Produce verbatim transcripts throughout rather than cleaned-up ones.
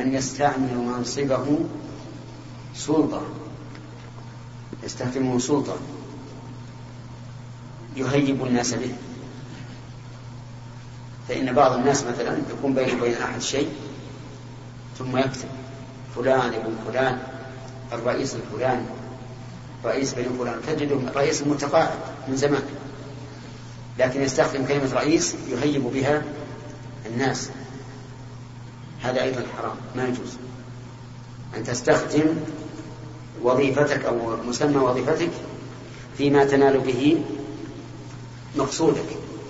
من يستعمل منصبه سلطة يستخدمه سلطة يهيب الناس به. فإن بعض الناس مثلا يكون بينه وبين أحد شيء ثم يكتب فلان ابن فلان الرئيس الفلاني رئيس بن فلان، تجده رئيس متقاعد من زمان، لكن يستخدم كلمة رئيس يهيب بها الناس. هذا أيضا حرام، ما يجوز أن تستخدم وظيفتك أو مسمى وظيفتك فيما تنال به مقصودك.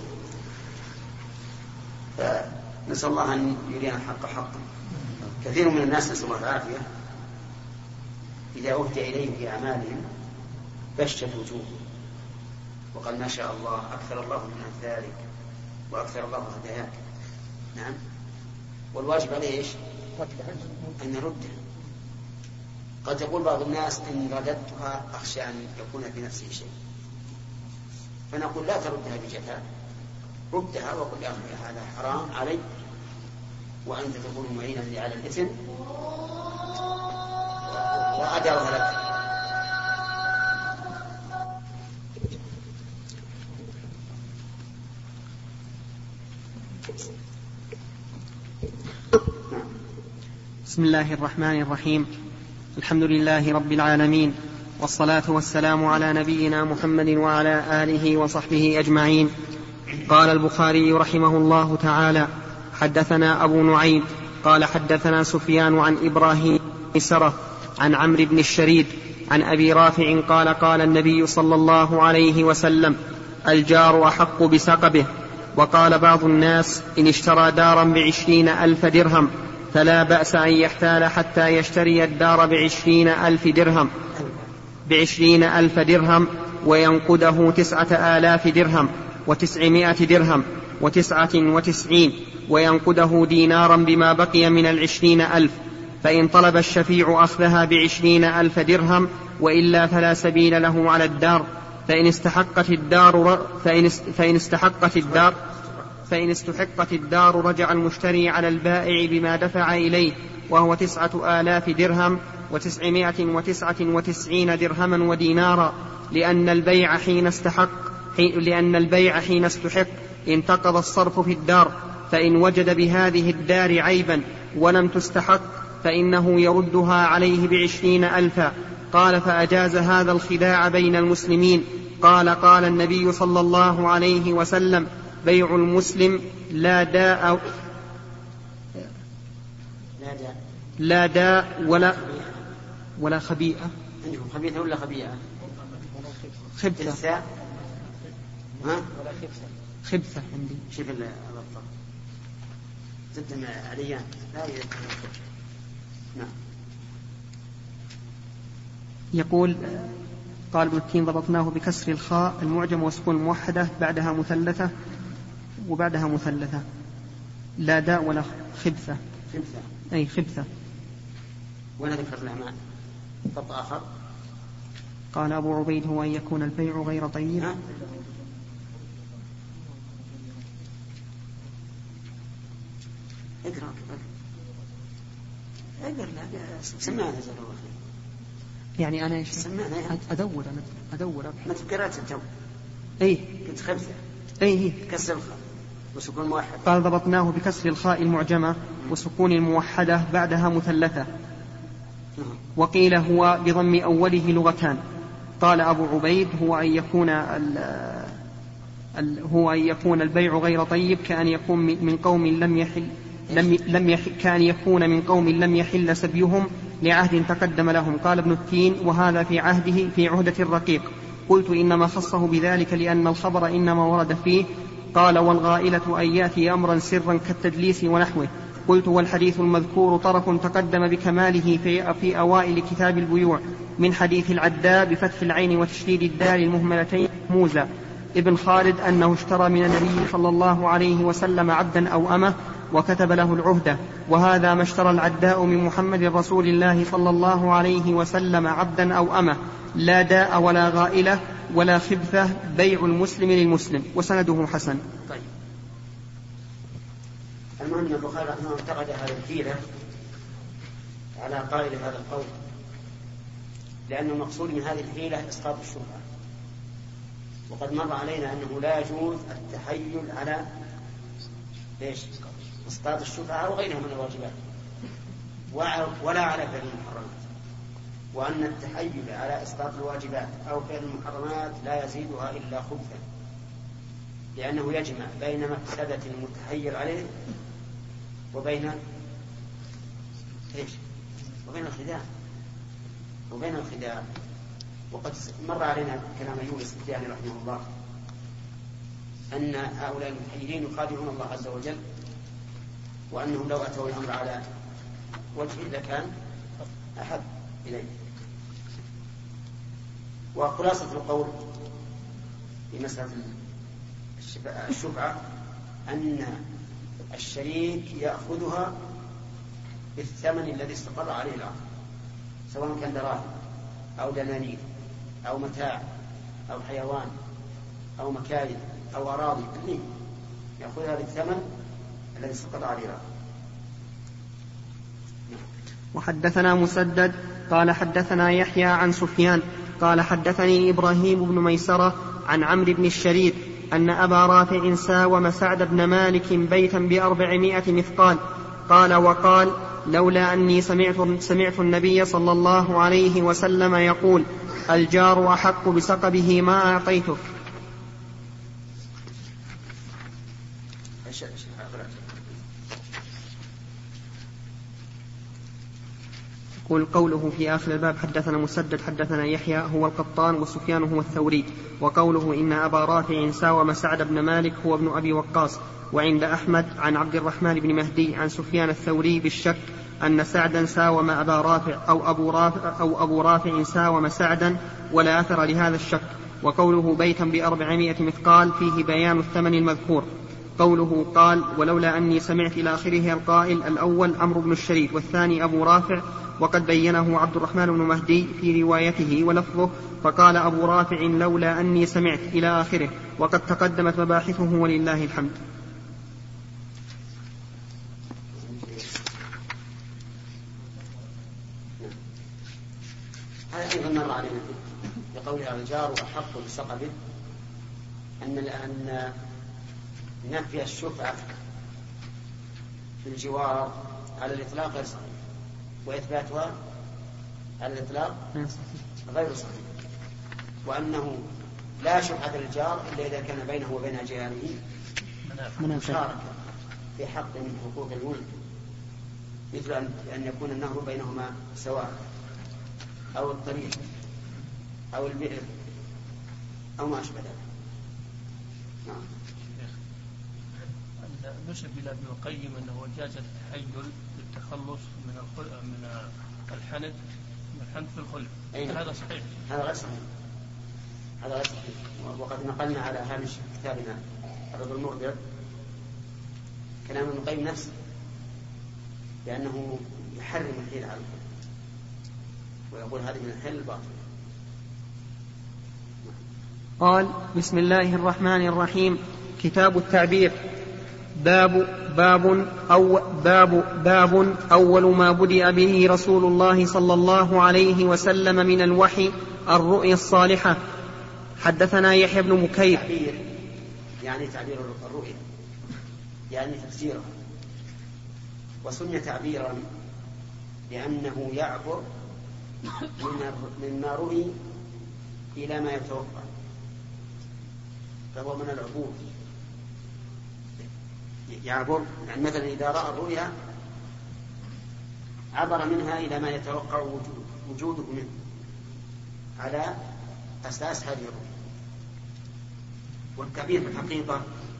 فنسأل الله أن يرينا الحق حقا. كثير من الناس نسأل الله العافية إذا أهدى إليه في أعمالهم بشت وجوه وقال ما شاء الله أكثر الله من ذلك وأكثر الله هداياك. نعم، والواجب عليه إيش؟ أن نرده. قد يقول بعض الناس إن رددتها أخشى أن يكون في نفسه شيء، فنقول لا تردها بجفاء، ردها وقل يا أخي هذا حرام علي وأنت تكون معينا لي على الإثم وأدعوها لك. بسم الله الرحمن الرحيم. الحمد لله رب العالمين، والصلاة والسلام على نبينا محمد وعلى آله وصحبه أجمعين. قال البخاري رحمه الله تعالى: حدثنا أبو نعيم قال حدثنا سفيان عن إبراهيم سرة عن عمرو بن الشريد عن أبي رافع قال قال النبي صلى الله عليه وسلم: الجار أحق بسقبه. وقال بعض الناس: إن اشترى دارا بعشرين ألف درهم فلا بأس أن يحتال حتى يشتري الدار بعشرين ألف درهم بعشرين ألف درهم وينقده تسعة آلاف درهم وتسعمائة درهم وتسعة وتسعين وينقده دينارا بما بقي من العشرين ألف، فإن طلب الشفيع أخذها بعشرين ألف درهم وإلا فلا سبيل له على الدار. فإن استحقت الدار فإن فإن استحقت الدار فإن استحقت الدار رجع المشتري على البائع بما دفع إليه وهو تسعة آلاف درهم وتسعمائة وتسعة وتسعين درهما ودينارا، لأن البيع حين استحق لأن البيع حين استحق انتقض الصرف في الدار. فإن وجد بهذه الدار عيبا ولم تستحق فإنه يردها عليه بعشرين ألفا. قال: فأجاز هذا الخداع بين المسلمين. قال: قال النبي صلى الله عليه وسلم: بيع المسلم لا داء لا داء ولا ولا خبيئة. عندكم خبيثة ولا خبيئة؟ خبثة. ها؟ ولا خبثة. خبثة عندي. شوف الغلطة. زدنا عليان. لا يتذكر. نعم. يقول: قال ابن التين: ضبطناه بكسر الخاء المعجم وسكون الموحدة بعدها مثلثة وبعدها مثلثة. لا داء ولا خبثة. خبثة. أي خبثة. ولا ذكر الأعمال. ضبط آخر. قال أبو عبيد: هو أن يكون البيع غير طيب. ها؟ اقرأ اقرأ لا سمعنا جزاك الله خير. يعني أنا إيش سمعنا يعني. أدور أنا أدور ما تذكرت الجو. أي كنت خبثة. أي كسر الخاء وسكون موحد. قال: ضبطناه بكسر الخاء المعجمة وسكون الموحدة بعدها مثلثة. وقيل هو بضم أوله لغتان. قال أبو عبيد: هو أن يكون هو أن يكون البيع غير طيب، كأن يكون من قوم لم يحل لم لم يحل كأن يكون من قوم لم يحل سبيهم لعهد تقدم لهم. قال ابن التين: وهذا في عهده في عهدة الرقيق. قلت: إنما خصه بذلك لأن الخبر إنما ورد فيه. قال: والغائلة أن يأتي أمرا سرا كالتدليس ونحوه. قلت: والحديث المذكور طرف تقدم بكماله في, في أوائل كتاب البيوع من حديث العداء بفتح العين وتشديد الدال المهملتين موزى ابن خالد أنه اشترى من النبي صلى الله عليه وسلم عبدا أو أمه وكتب له العهدة. وهذا ما اشترى العداء من محمد رسول الله صلى الله عليه وسلم عبدا أو أمه، لا داء ولا غائلة ولا خبثة، بيع المسلم للمسلم. وسنده حسن. طيب. المهم البخاري رحمه الله انتقد هذه الحيلة على قائل هذا القول، لأن المقصود من هذه الحيلة إسقاط الشبهة، وقد مر علينا أنه لا يجوز التحيل على إيش؟ إسقاط الشبهة أو غيرها من الواجبات، ولا على فعل المحرمات، وأن التحيل على إسقاط الواجبات أو فعل المحرمات لا يزيدها إلا خبثا، لأنه يجمع بين مفسدة المتحيل عليه وبين إيش؟ وبين الخداع وبين الخداع. وقد مر علينا كلام يونس السختياني رحمه الله أن هؤلاء المتحيلين يخادعون الله عز وجل، وأنهم لو أتوا الأمر على وجهه لكان أحب إليه. وخلاصة القول في مسألة الشفعة أن الشريك يأخذها بالثمن الذي استقر عليه العقد، سواء كان دراهم أو دنانير أو متاع أو حيوان أو مكاين أو أراضي، يأخذها بالثمن الذي استقر عليه العقد. وحدثنا مسدد قال حدثنا يحيى عن سفيان قال حدثني إبراهيم بن ميسرة عن عمرو بن الشريد أن أبا رافع ساوم سعد بن مالك بيتا بأربعمائة مثقال. قال وقال لولا أني سمعت, سمعت النبي صلى الله عليه وسلم يقول الجار أحق بسقبه ما أعطيتك. يقول قوله في آخر الباب حدثنا مسدد حدثنا يحيى هو القطان وسفيان هو الثوري، وقوله إن أبا رافع ساوم سعد بن مالك هو ابن أبي وقاص. وعند أحمد عن عبد الرحمن بن مهدي عن سفيان الثوري بالشك أن سعدا ساوم أبا رافع أو أبو رافع, أو أبو رافع ساوم سعدا، ولا أثر لهذا الشك. وقوله بيتا بأربعمائة مثقال فيه بيان الثمن المذكور. قوله قال ولولا أني سمعت إلى آخره القائل الأول عمرو بن الشريد والثاني أبو رافع، وقد بينه عبد الرحمن بن مهدي في روايته ولفظه فقال أبو رافع لولا أني سمعت إلى آخره، وقد تقدمت مباحثه ولله الحمد. هذا أيضا مر علينا بقولها الجار أحق بسقبه أن أن نفي الشفعة في الجوار على الإطلاق غير صحيح، وإثباتها على الإطلاق غير صحيح، وأنه لا شفعة للجار إلا إذا كان بينه وبين جيرانه مشاركة في حق من حقوق الملك، مثل أن يكون النهر بينهما سواء أو الطريق أو البئر أو ما أشبه ذلك. نعم. نسب إلى ابن القيم أنه جاز التحيل للتخلص من من الحنث من الحنث في الخلع. هذا صحيح؟ هذا غير صحيح. هذا غير صحيح. وقد نقلنا على هامش كتابنا الرد المربع كلام ابن القيم نفسه بأنه يحرم الحيل على الخلع، ويقول هذه من الحل الباطل. قال بسم الله الرحمن الرحيم. كتاب التعبير. باب باب أو باب باب أول ما بدأ به رسول الله صلى الله عليه وسلم من الوحي الرؤيا الصالحة. حدثنا يحيى بن مكير. تعبير يعني تعبير الرؤيا يعني تفسيرها، وسمي تعبيرا لأنه يعبر مما رؤي إلى ما يتوقع، فهو من العبور. يعبر يعني مثلا إذا رأى الرؤيا عبر منها إلى ما يتوقع وجود وجوده منه على أساس هذه الرؤيا. والتعبير في الحقيقة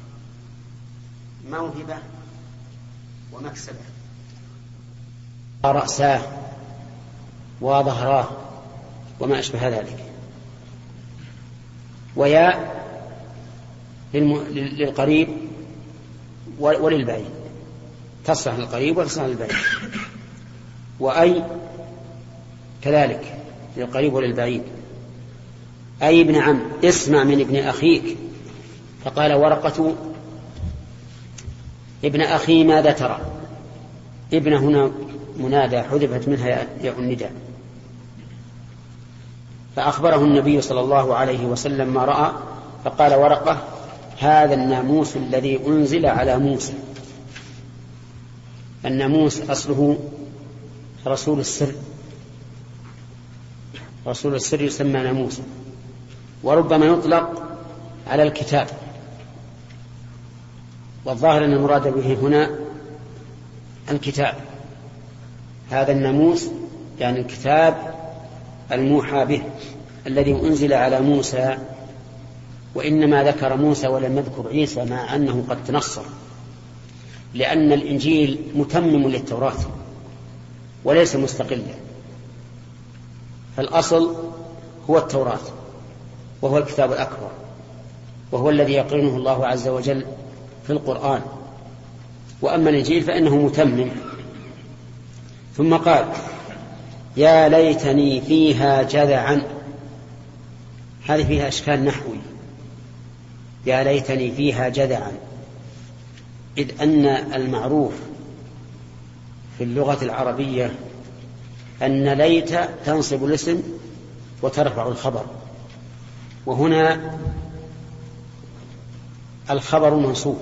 موهبة ومكسبة، رأساه وظهراه وما أشبه ذلك. وياء للقريب وللبعيد، تصلح للقريب وتصلح للبعيد. وأي كذلك للقريب وللبعيد. أي ابن عم اسمع من ابن أخيك. فقال ورقة ابن أخي ماذا ترى؟ ابن هنا منادى حذفت منها ياء النداء. فأخبره النبي صلى الله عليه وسلم ما رأى، فقال ورقة: هذا الناموس الذي أنزل على موسى. الناموس أصله رسول السر، رسول السر يسمى ناموسا، وربما يطلق على الكتاب، والظاهر أن المراد به هنا الكتاب. هذا الناموس يعني الكتاب الموحى به الذي أنزل على موسى، وإنما ذكر موسى ولم يذكر عيسى مع أنه قد تنصر، لأن الإنجيل متمم للتوراة وليس مستقلا، فالأصل هو التوراة وهو الكتاب الأكبر، وهو الذي يقرنه الله عز وجل في القرآن، وأما الإنجيل فإنه متمم. ثم قال: يا ليتني فيها جذعا. هذه فيها إشكال نحوي، يا ليتني فيها جذعا، إذ أن المعروف في اللغة العربية أن ليت تنصب الاسم وترفع الخبر، وهنا الخبر منصوب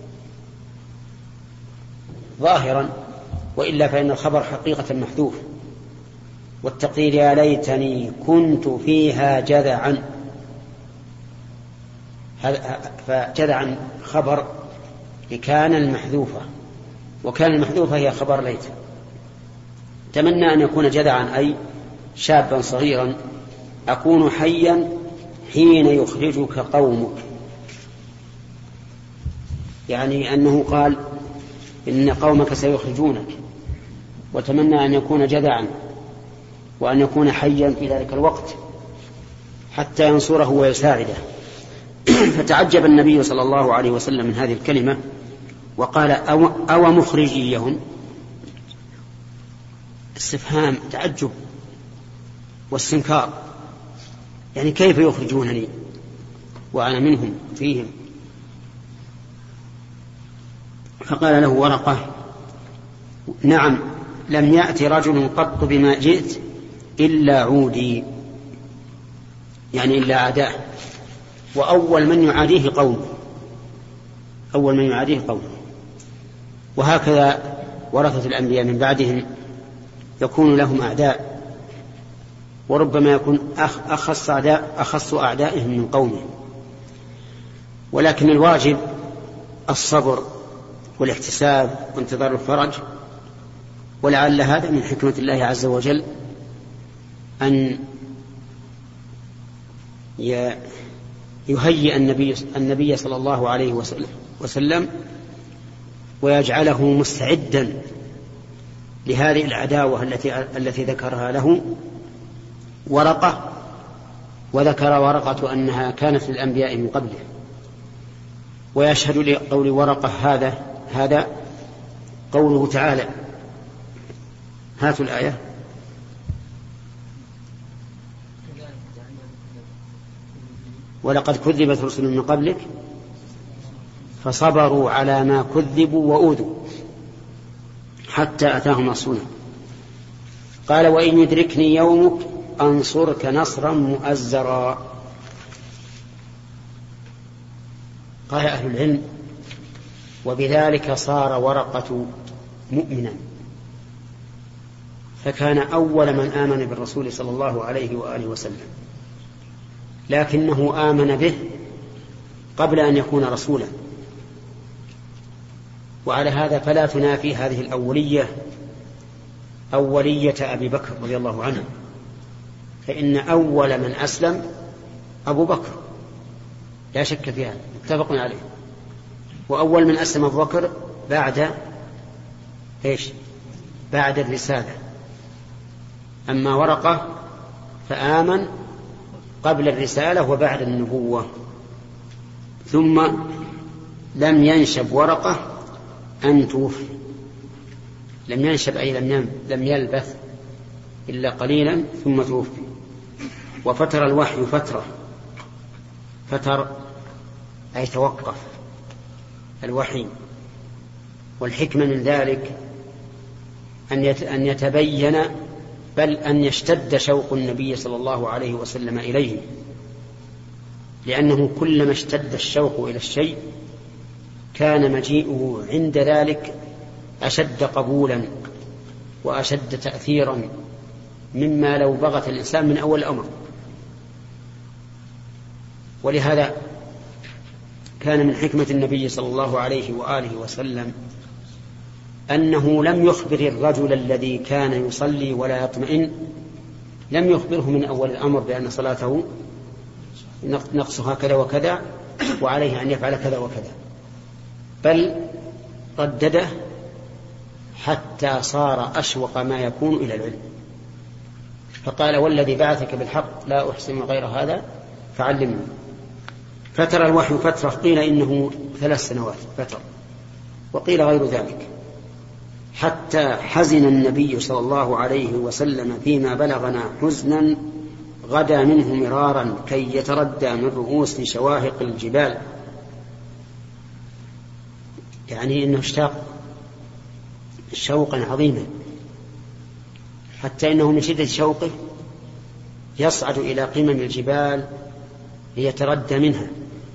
ظاهرا، وإلا فإن الخبر حقيقة محذوف، والتقدير يا ليتني كنت فيها جذعا. فجذعا خبر لكان المحذوفة، وكان المحذوفة هي خبر ليت. تمنى أن يكون جذعا أي شابا صغيرا، أكون حيا حين يخرجك قومك، يعني أنه قال إن قومك سيخرجونك، وتمنى أن يكون جذعا وأن يكون حيا في ذلك الوقت حتى ينصره ويساعده. فتعجب النبي صلى الله عليه وسلم من هذه الكلمة وقال: أو, أو مخرجيهم. استفهام تعجب واستنكار، يعني كيف يخرجونني وأنا منهم فيهم؟ فقال له ورقة: نعم، لم يأتي رجل قط بما جئت إلا عودي، يعني إلا عداه، وأول من يعاديه قومه، أول من يعاديه قومه. وهكذا ورثة الأنبياء من بعدهم يكون لهم أعداء، وربما يكون أخص أعداء أخص أعدائهم من قومهم، ولكن الواجب الصبر والاحتساب وانتظار الفرج. ولعل هذا من حكمة الله عز وجل أن يهيئ النبي, النبي صلى الله عليه وسلم ويجعله مستعدا لهذه العداوة التي, التي ذكرها له ورقة، وذكر ورقة أنها كانت للأنبياء من قبله. ويشهد لقول ورقة هذا هذا قوله تعالى: هاتوا الآية: ولقد كذبت رسل من قبلك فصبروا على ما كذبوا وأوذوا حتى أتاهم نصرنا. قال: وإن يدركني يومك أنصرك نصرا مؤزرا. قال أهل العلم: وبذلك صار ورقة مؤمنا، فكان أول من آمن بالرسول صلى الله عليه وآله وسلم، لكنه آمن به قبل أن يكون رسولا. وعلى هذا فلا تنافي هذه الأولية أولية أبي بكر رضي الله عنه، فإن أول من أسلم أبو بكر لا شك فيها، متفق عليه. وأول من أسلم أبو بكر بعد إيش؟ بعد الرسالة. أما ورقة فآمن قبل الرسالة وبعد النبوة. ثم لم ينشب ورقة أن توفي، لم ينشب أي لم لم يلبث إلا قليلا ثم توفي. وفتر الوحي فترة، فتر أي توقف الوحي. والحكمة من ذلك أن يتبين بل أن يشتد شوق النبي صلى الله عليه وسلم إليه، لأنه كلما اشتد الشوق إلى الشيء كان مجيئه عند ذلك أشد قبولا وأشد تأثيرا مما لو بغت الإنسان من أول الأمر. ولهذا كان من حكمة النبي صلى الله عليه وآله وسلم أنه لم يخبر الرجل الذي كان يصلي ولا يطمئن، لم يخبره من أول الأمر بأن صلاته نقصها كذا وكذا وعليه أن يفعل كذا وكذا، بل ردده حتى صار أشوق ما يكون إلى العلم، فقال: والذي بعثك بالحق لا أحسن غير هذا فعلمني. فترى الوحي فترة، قيل إنه ثلاث سنوات فترة، وقيل غير ذلك، حتى حزن النبي صلى الله عليه وسلم فيما بلغنا حزنا غدا منه مرارا كي يتردى من رؤوس شواهق الجبال، يعني إنه اشتاق شوقا عظيما، حتى إنه من شدة شوقه يصعد إلى قمم الجبال ليتردى منها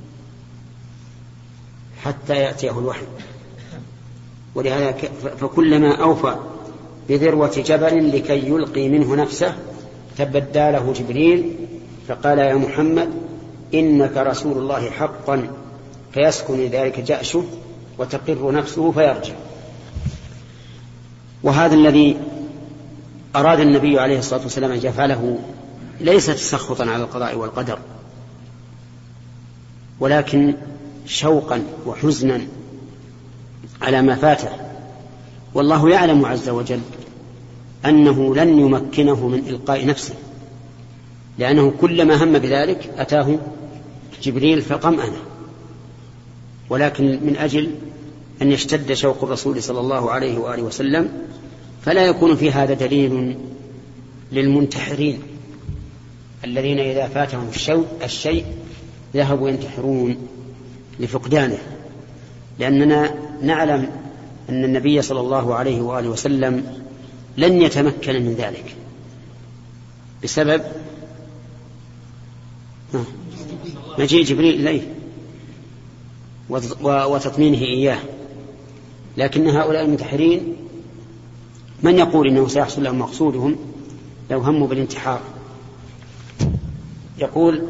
حتى يأتيه الوحي. ولهذا فكلما أوفى بذروة جبل لكي يلقي منه نفسه تبدى له جبريل فقال: يا محمد إنك رسول الله حقا، فيسكن ذلك جأشه وتقر نفسه فيرجع. وهذا الذي أراد النبي عليه الصلاة والسلام أن يفعله ليس تسخطا على القضاء والقدر، ولكن شوقا وحزنا على ما فاته، والله يعلم عز وجل أنه لن يمكنه من إلقاء نفسه، لأنه كلما هم بذلك أتاه جبريل فطمأنه، ولكن من أجل أن يشتد شوق الرسول صلى الله عليه وآله وسلم فلا يكون في هذا دليل للمنتحرين الذين إذا فاتهم الشيء ذهبوا ينتحرون لفقدانه، لأننا نعلم أن النبي صلى الله عليه وآله وسلم لن يتمكن من ذلك بسبب مجيء جبريل إليه وتطمينه إياه. لكن هؤلاء المنتحرين من يقول إنه سيحصل لهم مقصودهم لو هموا بالانتحار؟ يقول: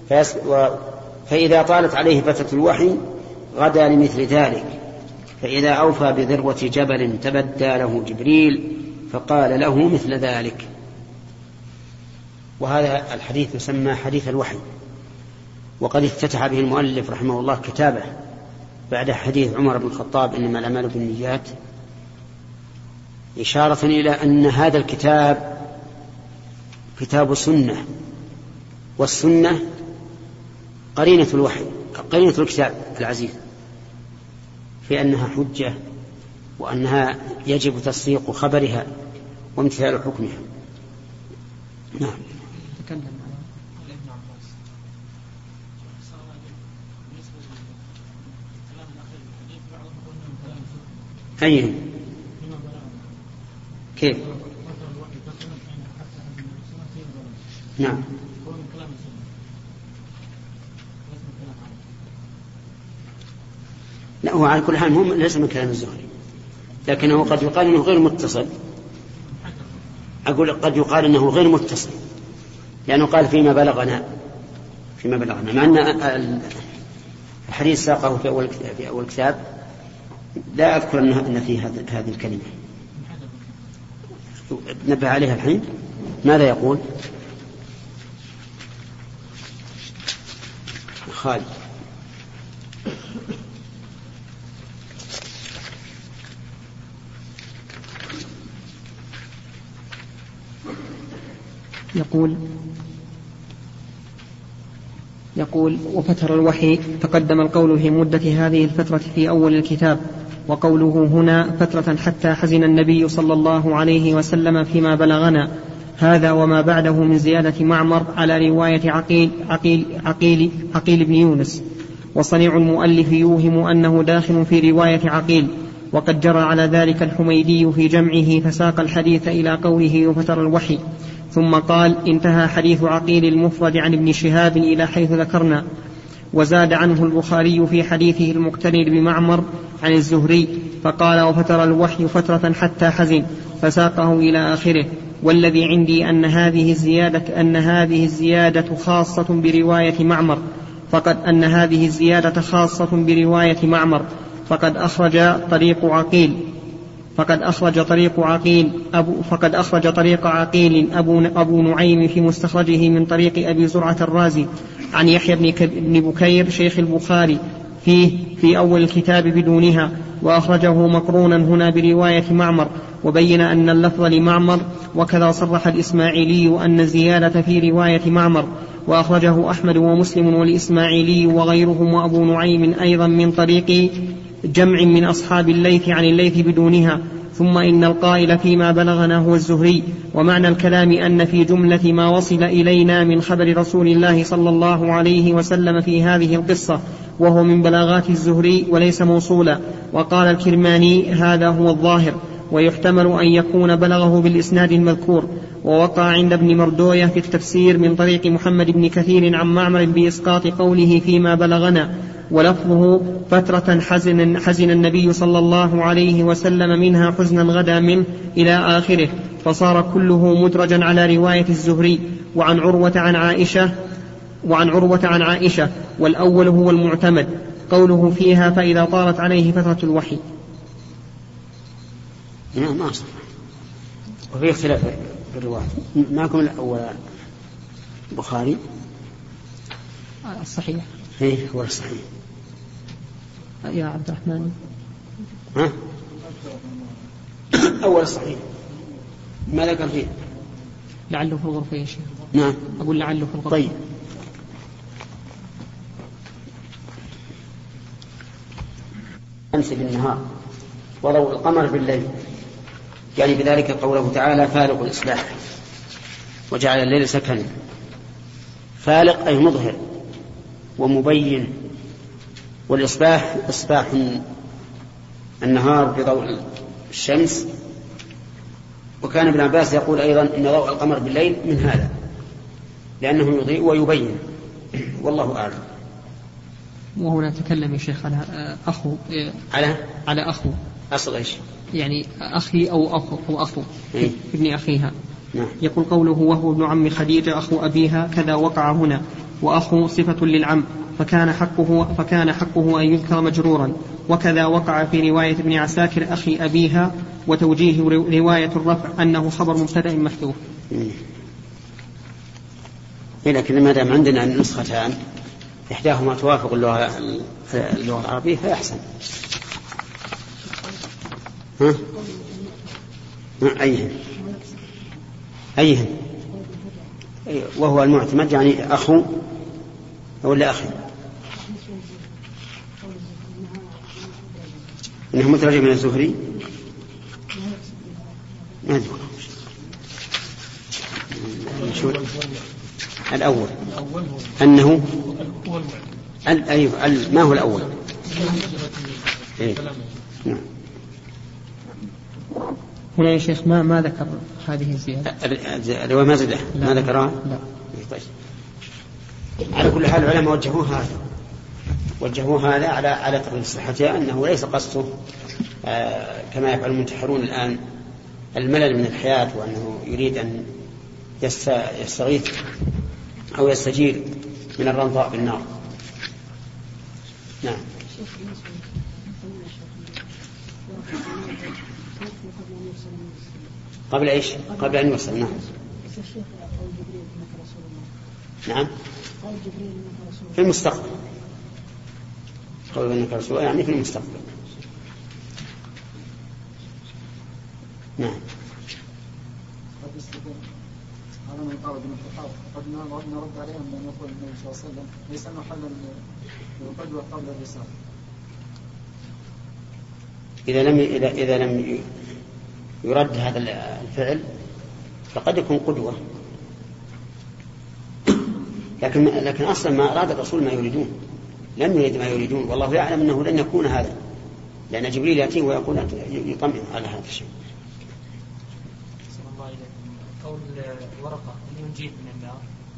فإذا طالت عليه فترة الوحي غدا لمثل ذلك، فإذا أوفى بذروة جبل تبدى له جبريل فقال له مثل ذلك. وهذا الحديث يسمى حديث الوحي، وقد افتتح به المؤلف رحمه الله كتابه بعد حديث عمر بن الخطاب إنما الأعمال بالنيات، إشارة إلى أن هذا الكتاب كتاب سنة، والسنة قرينة الوحي، قرينة الكتاب العزيز، في أنها حجة وأنها يجب تصديق خبرها وامتثال حكمها. نعم. أيهم؟ كيف؟ نعم. لا، هو على كل حال هم ليس من كلام الزهري، لكنه قد يقال انه غير متصل. اقول قد يقال انه غير متصل لانه قال فيما بلغنا فيما بلغنا مع ان الحديث ساقه في اول في اول كتاب، لا اذكر ان فيه هذه الكلمه. نبه عليها الحين. ماذا يقول خالد؟ يقول يقول وفتر الوحي تقدم القول في مدة هذه الفترة في أول الكتاب، وقوله هنا فترة حتى حزن النبي صلى الله عليه وسلم فيما بلغنا، هذا وما بعده من زيادة معمر على رواية عقيل عقيل عقيل, عقيل بن يونس. وصنيع المؤلف يوهم أنه داخل في رواية عقيل، وقد جرى على ذلك الحميدي في جمعه فساق الحديث إلى قوله وفتر الوحي، ثم قال انتهى حديث عقيل المفرد عن ابن شهاب إلى حيث ذكرنا. وزاد عنه البخاري في حديثه المقترن بمعمر عن الزهري فقال وفتر الوحي فترة حتى حزن فساقه إلى آخره. والذي عندي أن هذه الزيادة أن هذه الزيادة خاصة برواية معمر فقد أن هذه الزيادة خاصة برواية معمر فقد أخرج طريق عقيل فقد أخرج طريق عقيل أبو فقد أخرج طريق عقيل أبو, أبو نعيم في مستخرجه من طريق أبي زرعة الرازي عن يحيى بن بكير شيخ البخاري فيه في أول الكتاب بدونها، وأخرجه مقرونا هنا برواية معمر، وبين أن اللفظ لمعمر، وكذا صرح الإسماعيلي أن الزيادة في رواية معمر، وأخرجه أحمد ومسلم والإسماعيلي وغيرهم وأبو نعيم أيضا من طريق جمع من أصحاب الليث عن الليث بدونها. ثم إن القائل فيما بلغنا هو الزهري، ومعنى الكلام أن في جملة ما وصل إلينا من خبر رسول الله صلى الله عليه وسلم في هذه القصة وهو من بلاغات الزهري وليس موصولا. وقال الكرماني هذا هو الظاهر، ويحتمل أن يكون بلغه بالإسناد المذكور. ووقع عند ابن مردوية في التفسير من طريق محمد بن كثير عن معمر بإسقاط قوله فيما بلغنا، ولفظه فترة حزن, حزن النبي صلى الله عليه وسلم منها حزنا غدا منه إلى آخره، فصار كله مدرجا على رواية الزهري. وعن عروة عن عائشة وعن عروة عن عائشة والأول هو المعتمد قوله فيها فإذا طارت عليه فترة الوحي. ما أصلا وفي اختلاف في الرواية. معكم الأول البخاري الصحيح ايه هو الصحيح يا عبد الرحمن. ها أول الصحيح ما ذكر فيه؟ لعله في الغرفة يا شيخ. نعم أقول لعله في الغرفة. طيب أمس بالنهار وضوء القمر بالليل، يعني بذلك قوله تعالى فالق الإصباح وجعل الليل سكنا. فالق أي مظهر ومبين، والإصباح إصباح النهار بضوء الشمس. وكان ابن عباس يقول أيضا إن ضوء القمر بالليل من هذا لأنه يضيء ويبين، والله أعلم. وهنا تكلم يا شيخ على أخو على على أخو أصل إيش يعني أخي أو أخو أو أخو إيه؟ ابن أخيها. نعم. يقول قوله وهو ابن عم خديجة أخو أبيها كذا وقع هنا، وأخو صفة للعم فكان حقه فكان حقه أن يذكر مجرورا، وكذا وقع في رواية ابن عساكر أخي أبيها، وتوجيه رواية الرفع أنه خبر مبتدأ محذوف. إيه لكن ما دام عندنا النسختان إحداهما توافق اللغة اللغة العربية فأحسن. ها؟ أيهن أيهن وهو المعتمد يعني أخو ولا أخي، إنه مترجم من الزهري ما أدري الأول أنه أيوه ما هو الأول إيه؟ نعم. هنا يا شيخ ما ما ذكر هذه الزيادة الرواية ما زادها ما ذكرها. لا. طيب. على كل حال العلماء وجهوا هذا وجهوا هذا على على تقرير صحتها، أنه ليس قصده آه كما يفعل المنتحرون الآن الملل من الحياة، وأنه يريد أن يستغيث أو يستجير من الرمضاء بالنار. نعم. قبل إيش؟ قبل أن يوصل. نعم. نعم. في المستقبل. قول إنك رسول يعني في المستقبل. نعم. هذا من قال ابن الخطاب قد نرد عليهم بأن يقول النبي صلى الله عليه وسلم ليس محلا للقدوة قبل الرسالة. إذا لم إذا إذا لم يرد هذا الفعل فقد يكون قدوة، لكن لكن أصلا ما أراد الرسول ما يريدون، لم يريد ما يريدون، والله يعلم أنه لن يكون هذا لأن جبريل يأتيه ويقول يطمئن على هذا الشيء. قول ورقة ينجيه من النار.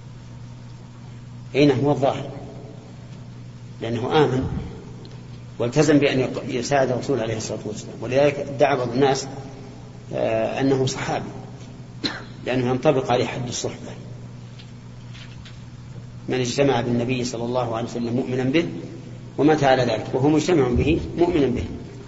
أين هو الظاهر لأنه آمن والتزم بأن يساعد الرسول عليه الصلاة والسلام، ولذلك ادعى بعض الناس أنه صحابي لأنه ينطبق عليه حد الصحبة. من اجتمع بالنبي صلى الله عليه وسلم مؤمنا به ومات على ذلك وهو مجتمع به مؤمنا به.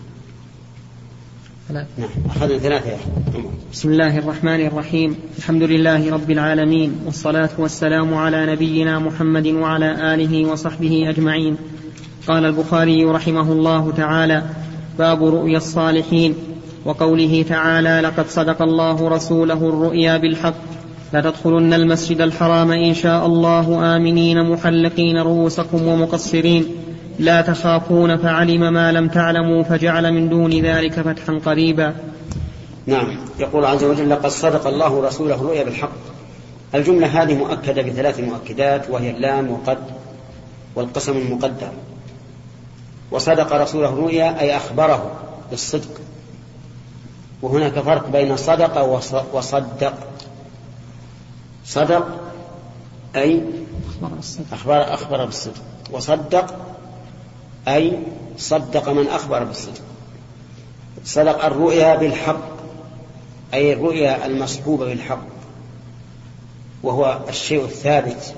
نعم أخذنا ثلاثة يا عمر. بسم الله الرحمن الرحيم. الحمد لله رب العالمين والصلاة والسلام على نبينا محمد وعلى آله وصحبه أجمعين. قال البخاري رحمه الله تعالى: باب رؤيا الصالحين. وقوله تعالى: لقد صدق الله رسوله الرؤيا بالحق لتدخلن المسجد الحرام إن شاء الله آمنين محلقين رؤوسكم ومقصرين لا تخافون فعلم ما لم تعلموا فجعل من دون ذلك فتحا قريبا. نعم. يقول عز وجل: لقد صدق الله رسوله الرؤيا بالحق. الجملة هذه مؤكدة بثلاث مؤكدات، وهي اللام وقد والقسم المقدر. وصدق رسوله الرؤيا أي أخبره بالصدق، وهناك فرق بين صدق وصدق. صدق أي أخبر, أخبر بالصدق، وصدق أي صدق من أخبر بالصدق. صدق الرؤيا بالحق أي الرؤيا المصحوبة بالحق، وهو الشيء الثابت.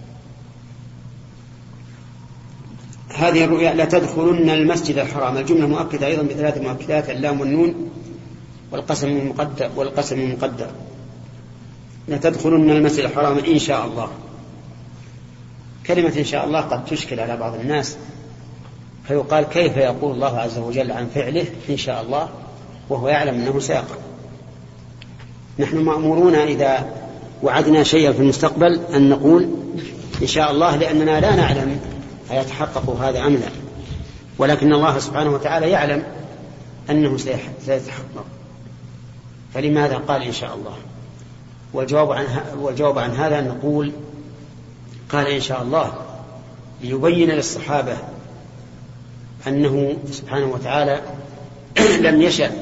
هذه الرؤيا: لا تدخلن المسجد الحرام. الجملة مؤكدة أيضا بثلاث مؤكدات: اللام والنون والقسم المقدر والقسم المقدر. لا تدخلن المسجد الحرام إن شاء الله. كلمة إن شاء الله قد تشكل على بعض الناس، فيقال: كيف يقول الله عز وجل عن فعله إن شاء الله وهو يعلم أنه سيقع؟ نحن مأمورون إذا وعدنا شيئا في المستقبل أن نقول إن شاء الله، لأننا لا نعلم هيتحقق هذا أم لا، ولكن الله سبحانه وتعالى يعلم أنه سيتحقق، فلماذا قال إن شاء الله؟ والجواب عن, والجواب عن هذا أن نقول: قال إن شاء الله ليبين للصحابة أنه سبحانه وتعالى لم يشأ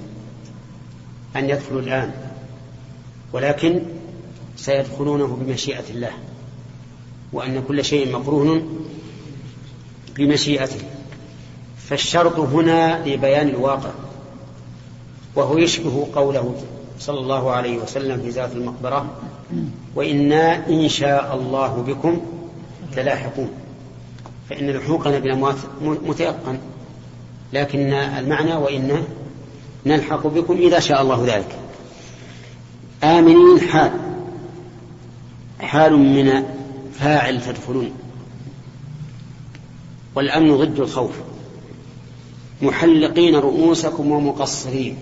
أن يدخلوا الآن، ولكن سيدخلونه بمشيئة الله، وأن كل شيء مقرون بمشيئته. فالشرط هنا لبيان الواقع، وهو يشبه قوله صلى الله عليه وسلم في زيارة المقبرة: وإنا إن شاء الله بكم تلاحقون. فإن لحوقنا بالأموات متيقن، لكن المعنى وإنا نلحق بكم إذا شاء الله ذلك. آمنين حال حال من فاعل تدخلون، والأمن ضد الخوف. محلقين رؤوسكم ومقصرين.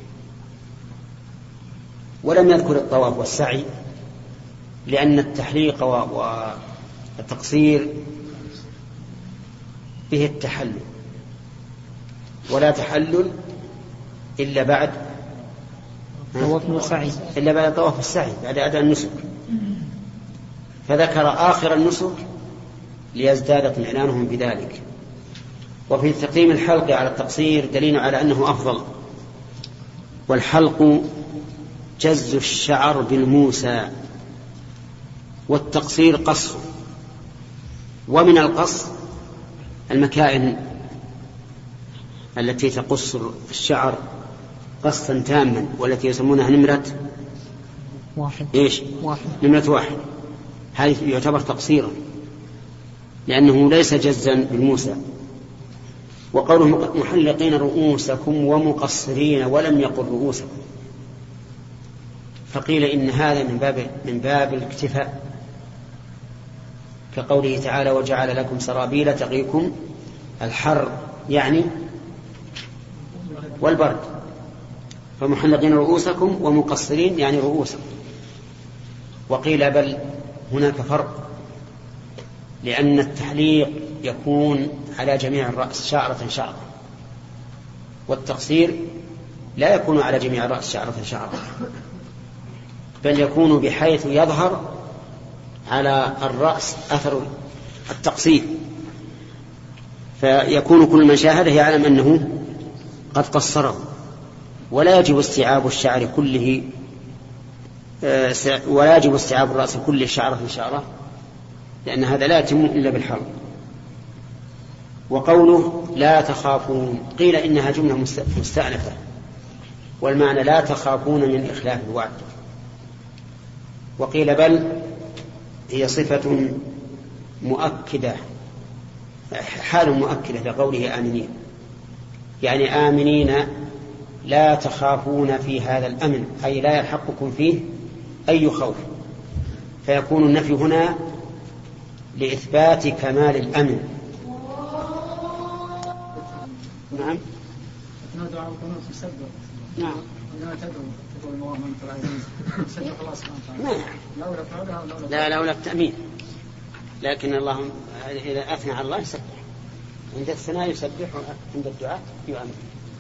ولم يذكر الطواف والسعي، لأن التحليق والتقصير به التحلل، ولا تحلل إلا بعد طواف والسعي إلا بعد طواف السعي بعد أداء النسك. فذكر آخر النسك ليزداد اطمئنانهم بذلك. وفي تقديم الحلق على التقصير دليل على أنه أفضل. والحلق جز الشعر بالموسى، والتقصير قص. ومن القص المكائن التي تقص الشعر قصا تاما، والتي يسمونها نمرة واحد. إيش؟ واحد. نمرة واحد. هذه يعتبر تقصيرا لأنه ليس جزا بالموسى. وقوله محلقين رؤوسكم ومقصرين ولم يقل رؤوسكم، فقيل إن هذا من باب من باب الاكتفاء، كقوله تعالى: وجعل لكم سرابيل تقيكم الحر يعني والبرد. فمحلقين رؤوسكم ومقصرين يعني رؤوسكم. وقيل بل هناك فرق، لأن التحليق يكون على جميع الرأس شعرة شعرة، والتقصير لا يكون على جميع الرأس شعرة شعرة، بل يكون بحيث يظهر على الرأس أثر التقصير، فيكون كل من شاهده يعلم أنه قد قصره، ولا يجب استيعاب الشعر كله ولا يجب استيعاب الرأس كله شعرة شعرة، لأن هذا لا يتم إلا بالحرب. وقوله لا تخافون قيل إنها جملة مستأنفة، والمعنى لا تخافون من إخلاف الوعد، وقيل بل هي صفة مؤكدة، حال مؤكدة لقوله آمنين، يعني آمنين لا تخافون في هذا الأمن، أي لا يلحقكم فيه أي خوف، فيكون النفي هنا لإثبات كمال الأمن. نعم دعاء القنوت يسبح. نعم عندما تدعو تقول اللهم انت العزيز يسبح الله سبحانه وتعالى. لا لا لا لولا التأمين، لكن اللهم إذا أثنى على الله يسبح، عند الثناء يسبح، عند الدعاء يؤمن.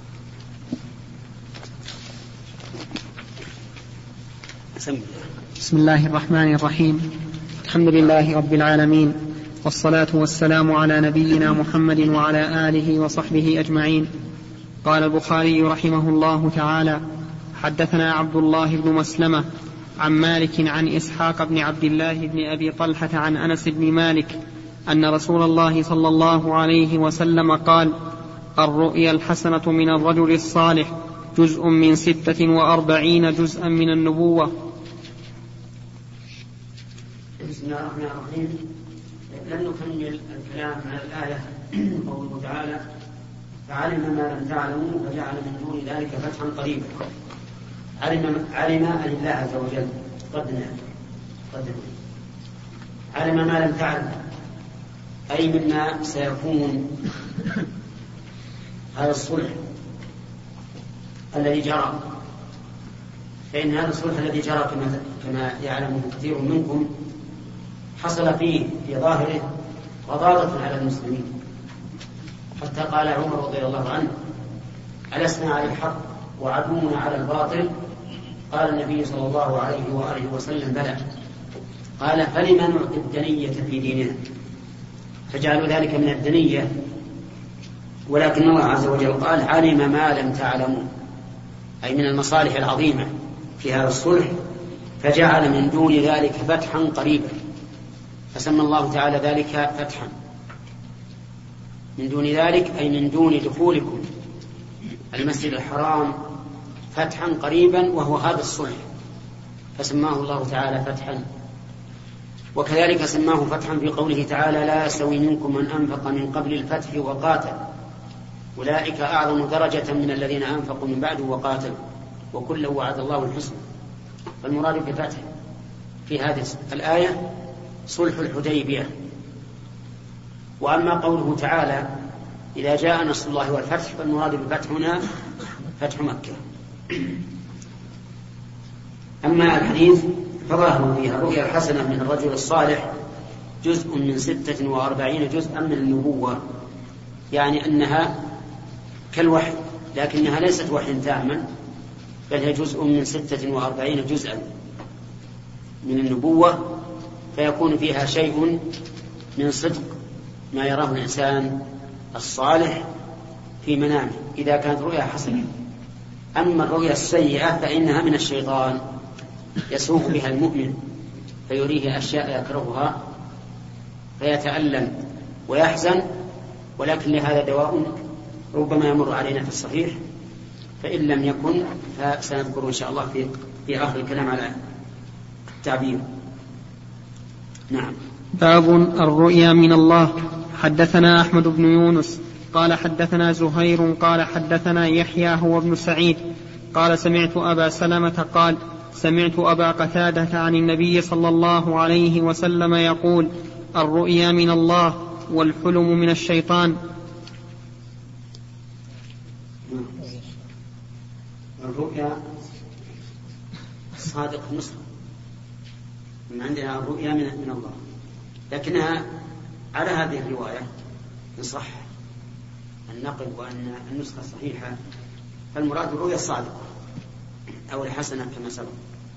بسم الله الرحمن الرحيم. الحمد لله رب العالمين، والصلاة والسلام على نبينا محمد وعلى آله وصحبه أجمعين. قال البخاري رحمه الله تعالى: حدثنا عبد الله بن مسلمة عن مالك عن إسحاق بن عبد الله بن أبي طلحة عن أنس بن مالك أن رسول الله صلى الله عليه وسلم قال: الرؤيا الحسنة من الرجل الصالح جزء من ستة وأربعين جزءا من النبوة. بسم الله الرحمن الرحيم. لم نكمل الكلام عن الآية قوله تعالى: فعلم ما لم تعلموا فجعل من دون ذلك فتحا قريبا. علم علم أن الله عز وجل قدنا قدنا علم ما لم تعلم، أي مما سيكون هذا الصلح الذي جرى، فإن هذا الصلح الذي جرى كما, كما يعلمه كثير منكم حصل فيه في ظاهره غضاضة على المسلمين، حتى قال عمر رضي الله عنه: ألسنا على الحق وعدونا على الباطل؟ قال النبي صلى الله عليه وآله وسلم: بلى. قال: فلم نعطي الدنية في ديننا؟ فجعلوا ذلك من الدنية، ولكن الله عز وجل قال: علم ما لم تعلموا، أي من المصالح العظيمة في هذا الصلح، فجعل من دون ذلك فتحا قريبا، فسمى الله تعالى ذلك فتحا. من دون ذلك أي من دون دخولكم المسجد الحرام فتحا قريبا، وهو هذا الصلح، فسماه الله تعالى فتحا. وكذلك سماه فتحا في قوله تعالى: لا يستوي منكم من أنفق من قبل الفتح وقاتل أولئك أعظم درجة من الذين أنفقوا من بعد وقاتلوا وكلا وعد الله الحسنى. فالمراد بفتح في هذه الآية صلح الحديبية. وأما قوله تعالى: إذا جاء نصر الله والفتح، فالمراد بالفتح هنا فتح مكة. أما الحديث فظاهره فيها الرؤيا الحسنة من الرجل الصالح جزء من ستة وأربعين جزءا من النبوة، يعني أنها كالوحي، لكنها ليست وحي تاما، بل هي جزء من ستة وأربعين جزءا من النبوة، فيكون فيها شيء من صدق ما يراه الإنسان الصالح في منامه إذا كانت رؤيا حسنة. أما الرؤيا السيئة فإنها من الشيطان يسوق بها المؤمن فيريه أشياء يكرهها فيتألم ويحزن، ولكن لهذا دواء ربما يمر علينا في الصحيح، فإن لم يكن فسنذكر إن شاء الله في, في آخر الكلام على التعبير. نعم. باب الرؤيا من الله. حدثنا أحمد بن يونس قال حدثنا زهير قال حدثنا يحيى هو ابن سعيد قال سمعت أبا سلمة قال سمعت أبا قتادة عن النبي صلى الله عليه وسلم يقول: الرؤيا من الله والحلم من الشيطان. الرؤيا الصادق النصر، من عندنا الرؤيا من, من الله، لكنها على هذه الرواية نصح النقل وأن النسخة صحيحة، فالمراد الرؤيا الصادقة أو الحسنة كما سبق.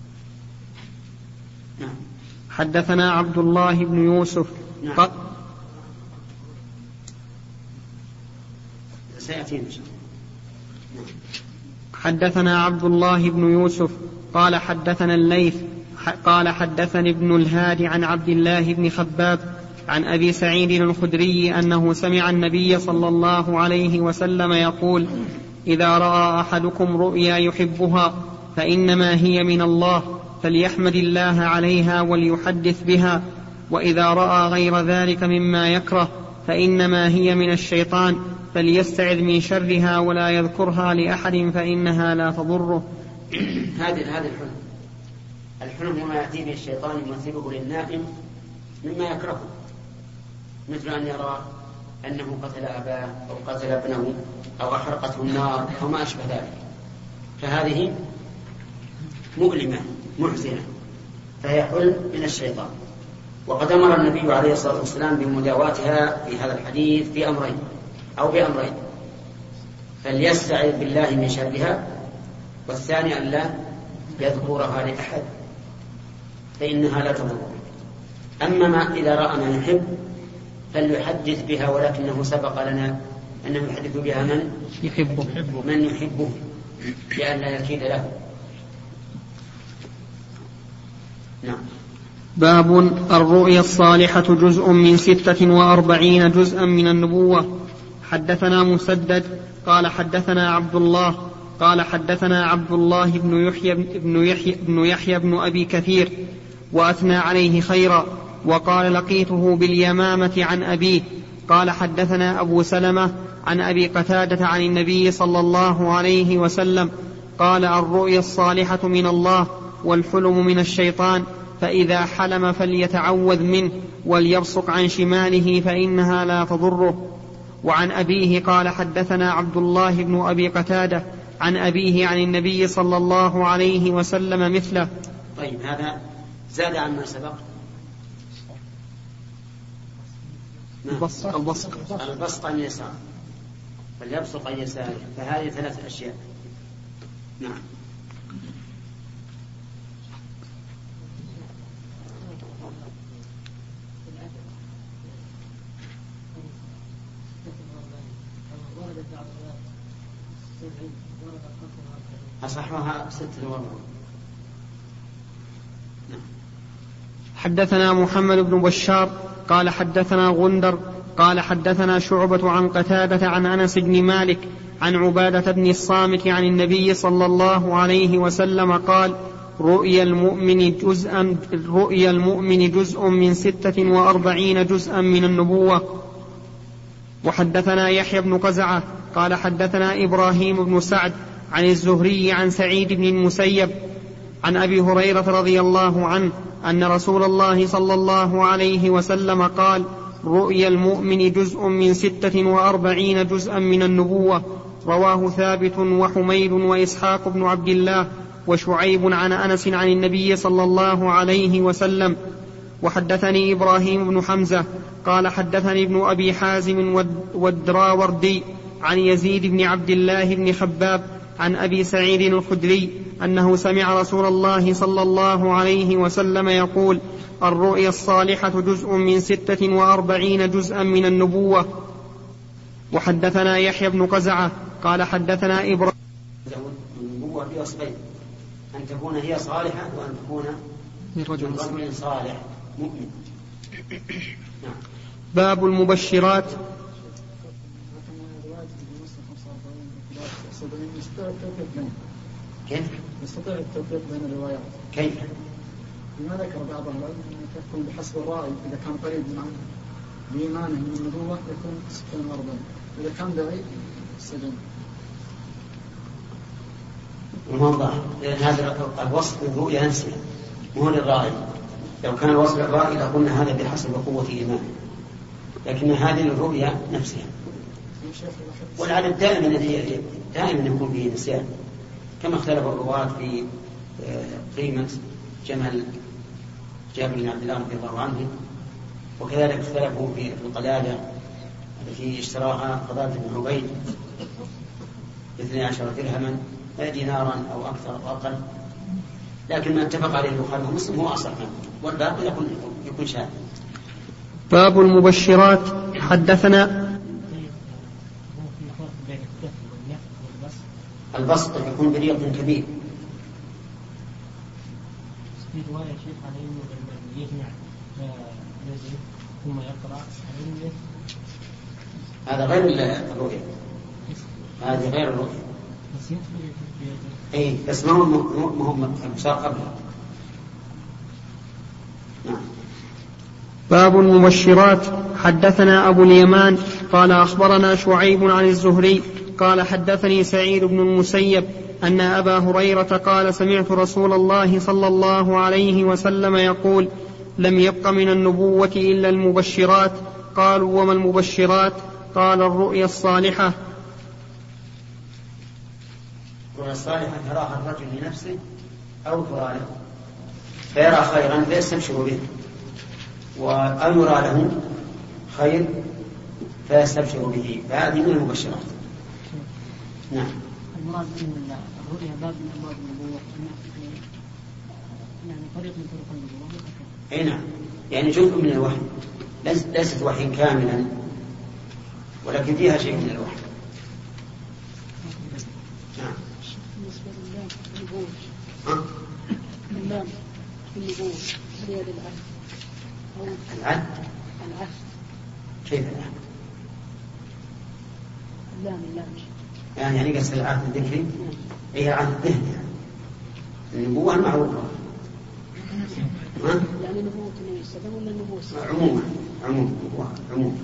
نعم. حدثنا عبد الله بن يوسف. نعم. ق... سيأتينا إن شاء الله. حدثنا عبد الله بن يوسف قال حدثنا الليث قال حدثني ابن الهادي عن عبد الله بن خباب عن أبي سعيد الخدري أنه سمع النبي صلى الله عليه وسلم يقول: إذا رأى أحدكم رؤيا يحبها فإنما هي من الله فليحمد الله عليها وليحدث بها، وإذا رأى غير ذلك مما يكره فإنما هي من الشيطان فليستعذ من شرها ولا يذكرها لأحد فإنها لا تضره. هذا هذا الحلم الحلم هو ما يأتي به الشيطان يمثله للنائم مما يكرهه، مثل أن يرى أنه قتل أباه أو قتل ابنه أو أحرقته النار أو ما أشبه ذلك، فهذه مؤلمة محزنة فهي حلم من الشيطان. وقد أمر النبي عليه الصلاة والسلام بمداواتها في هذا الحديث في أمرين أو بأمرين: فليستعذ بالله من شرها، والثاني أن لا يذكرها لأحد فإنها لا تضر. أما ما إذا رأى من يحب فليحدث بها، ولكنه سبق لنا أنه يحدث بها من يحبه من يحبه لأن لا يكيد له. نعم. باب الرؤيا الصالحة جزء من ستة وأربعين جزءا من النبوة. حدثنا مسدد قال حدثنا عبد الله قال حدثنا عبد الله بن يحيى بن يحيى بن يحيى بن أبي كثير وأثنى عليه خيرا، وقال لقيته باليمامة عن أبيه. قال حدثنا أبو سلمة عن أبي قتادة عن النبي صلى الله عليه وسلم قال: الرؤيا الصالحة من الله والحلم من الشيطان، فإذا حلم فليتعوذ منه وليبصق عن شماله فإنها لا تضره. وعن أبيه قال حدثنا عبد الله بن أبي قتادة عن أبيه عن النبي صلى الله عليه وسلم مثله. طيب، هذا زاد عن ما سبق. البصق البصق البصق عن يسار فليبصق عن يساره، فهذه ثلاث أشياء. نعم. أصحها ستة وأربعين. حدثنا محمد بن بشار قال حدثنا غندر قال حدثنا شعبة عن قتادة عن أنس بن مالك عن عبادة بن الصامت عن النبي صلى الله عليه وسلم قال: رؤيا المؤمن جزءا رؤيا المؤمن جزء من ستة وأربعين جزءا من النبوة. وحدثنا يحيى بن قزعة قال حدثنا إبراهيم بن سعد عن الزهري عن سعيد بن المسيب عن أبي هريرة رضي الله عنه أن رسول الله صلى الله عليه وسلم قال: رؤيا المؤمن جزء من ستة وأربعين جزءا من النبوة. رواه ثابت وحميد وإسحاق بن عبد الله وشعيب عن أنس عن النبي صلى الله عليه وسلم. وحدثني إبراهيم بن حمزة قال حدثني ابن أبي حازم والدراوردي عن يزيد بن عبد الله بن خباب عن أبي سعيد الخدري أنه سمع رسول الله صلى الله عليه وسلم يقول: الرؤيا الصالحة جزء من ستة وأربعين جزءا من النبوة. وحدثنا يحيى بن قزعة قال حدثنا إبراهيم. النبوة في وصفين: أن تكون هي صالحة وأن تكون من رجل صالح مؤمن. نعم. باب المبشرات. كيف؟ يستطيع التوفيق بين الروايات. كيف؟ لما ذكر بعض العلماء أن تكون بحسب الرأي، إذا كان قريب من بإيمانه من النبوة يكون ستين وأربعين، إذا كان بعيد سجن. والله هذا الوصف بالرؤيا نفسه مو للرأي. لو كان الوصف للرأي لقلنا هذا بحسب قوة إيمانه، لكن هذه الرؤيا نفسها. والعدد دائما الذي دائما يكون فيه نسيان، كما اختلف الرواة في قيمة جمل جابر بن عبد الله رضي الله عنه، وكذلك اختلفوا في القلادة التي اشتراها قضاة بن عبيد باثني عشر درهما دينارا أو أكثر أو أقل، لكن ما اتفق عليه البخاري ومسلم هو أصح منه، والباقي يكون يكون شاذ. باب المبشرات. حدثنا البسط يكون بريق كبير. في رواية شيخ على إنه يجمع يزيد ثم يقرأ على هذا غير الرؤية، هذه غير الرؤية. اي بس ما هو ما هو مصار قبله. نعم. باب المبشرات. حدثنا أبو اليمان قال أخبرنا شعيب عن الزهري قال حدثني سعيد بن المسيب أن أبا هريرة قال سمعت رسول الله صلى الله عليه وسلم يقول لم يبق من النبوة إلا المبشرات. قالوا وما المبشرات؟ قال الرؤيا الصالحة. الرؤيا الصالحة تراها الرجل لنفسه أو ترى له فيرى خيرا فيستبشر به، أو يرى له خير فيستبشر به، فهذه من المبشرات. نعم. المراد من الرؤيا باب من أبواب النبوة، يعني طريق من طرق النبوة. أي نعم، يعني جزء من الوحي، ليست وحي كاملا ولكن فيها شيء من الوحي. نعم. بالنسبة لله النبوة. ها؟ اللام النبوة زيادة العهد. العهد؟ العهد. كيف العهد؟ اللام اللام. يعني يعني قصد العهد الذكري؟ إيه العهد الذهني يعني. النبوة المعروفة. ها؟ يعني نبوة النبي صلى الله عليه وسلم ولا النبوة؟ عموما عموما عموما.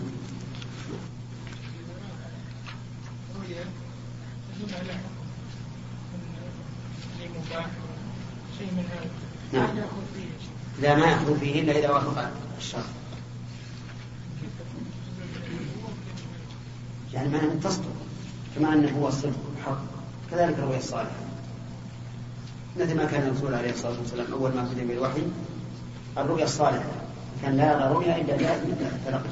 نعم. لا ما يأخذ فيه إلا إذا وافق الشرع، يعني ما أن تصدق كما أنه هو الصدق الحق، كذلك الرؤيا الصالحة. مثل ما كان الرسول عليه الصلاة والسلام أول ما بدأ بالوحي الرؤيا الصالحة، كان لا يرى رؤيا إلا بأذن تلقى.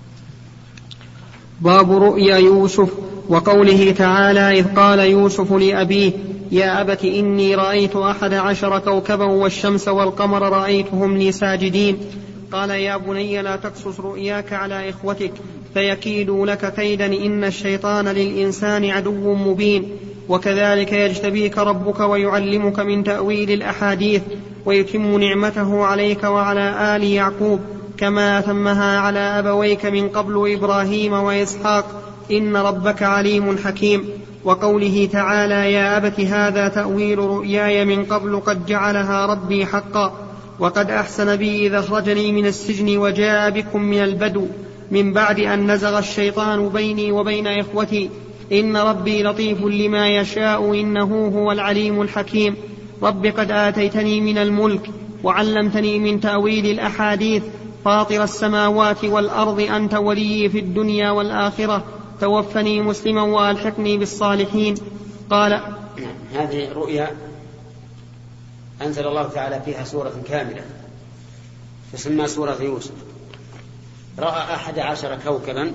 باب رؤيا يوسف وقوله تعالى إذ قال يوسف لأبيه يا أبت إني رأيت أحد عشر كوكبا والشمس والقمر رأيتهم لي ساجدين. قال يا بني لا تقصص رؤياك على إخوتك فيكيدوا لك كيدا إن الشيطان للإنسان عدو مبين. وكذلك يجتبيك ربك ويعلمك من تأويل الأحاديث ويتم نعمته عليك وعلى آل يعقوب كما أتمها على أبويك من قبل إبراهيم وإسحاق إن ربك عليم حكيم. وقوله تعالى يا أبت هذا تأويل رؤياي من قبل قد جعلها ربي حقا وقد أحسن بي إذا أخرجني من السجن وجاء بكم من البدو من بعد أن نزغ الشيطان بيني وبين إخوتي إن ربي لطيف لما يشاء إنه هو العليم الحكيم. رب قد آتيتني من الملك وعلمتني من تأويل الأحاديث فاطر السماوات والأرض أنت ولي في الدنيا والآخرة توفني مسلما وألحقني بالصالحين. قال هذه رؤيا أنزل الله تعالى فيها سورة كاملة تسمى سورة يوسف. رأى أحد عشر كوكبا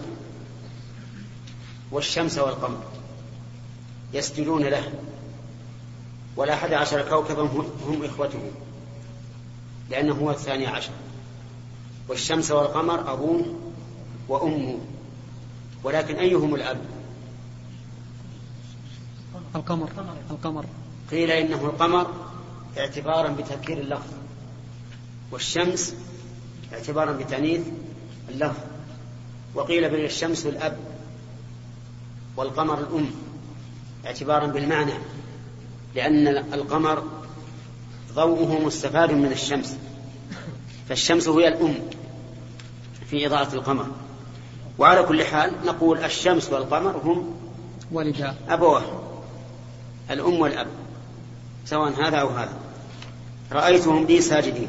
والشمس والقمر يسجدون له، والأحد عشر كوكبا هم إخوته لأنه هو الثاني عشر، والشمس والقمر أبوه وأمه، ولكن أيهم الأب؟ القمر. القمر قيل إنه القمر اعتبارا بتذكير اللفظ، والشمس اعتبارا بتأنيث اللفظ، وقيل بين الشمس الأب والقمر الأم اعتبارا بالمعنى، لأن القمر ضوءه مستفاد من الشمس، فالشمس هي الأم في إضاءة القمر. وعلى كل حال نقول الشمس والقمر هم ولدا أبوه، الأم والأب سواء هذا أو هذا. رأيتهم لي ساجدين،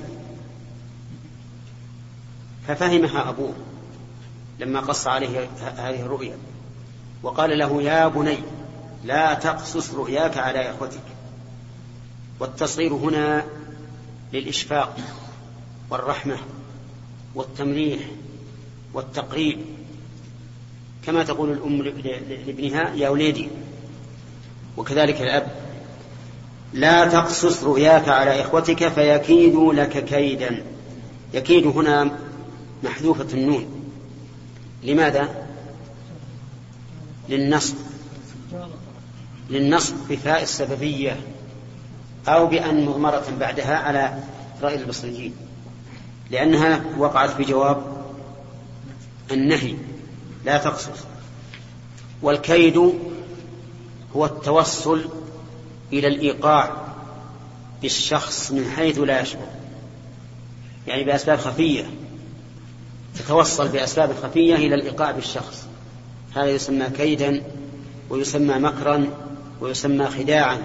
ففهمها أبوه لما قص عليه هذه الرؤيا وقال له يا بني لا تقصص رؤياك على إخوتك. والتصغير هنا للإشفاق والرحمة والتمريح والتقريب، كما تقول الأم لابنها يا وليدي، وكذلك الأب. لا تقصص رؤياك على إخوتك فيكيدوا لك كيدا. يكيد هنا محذوفة النون، لماذا؟ للنصب. للنصب بفاء السببية أو بأن مضمرة بعدها على رأي البصريين، لأنها وقعت في جواب النهي لا تقصص. والكيد هو التوصل إلى الإيقاع بالشخص من حيث لا يشعر، يعني بأسباب خفية، تتوصل بأسباب خفية إلى الإيقاع بالشخص، هذا يسمى كيدا ويسمى مكرا ويسمى خداعا.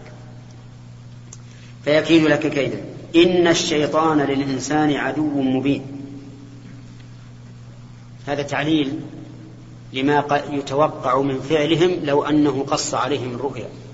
فيكيد لك كيدا. إن الشيطان للإنسان عدو مبين، هذا تعليل لما يتوقع من فعلهم لو أنه قص عليهم الرؤيا.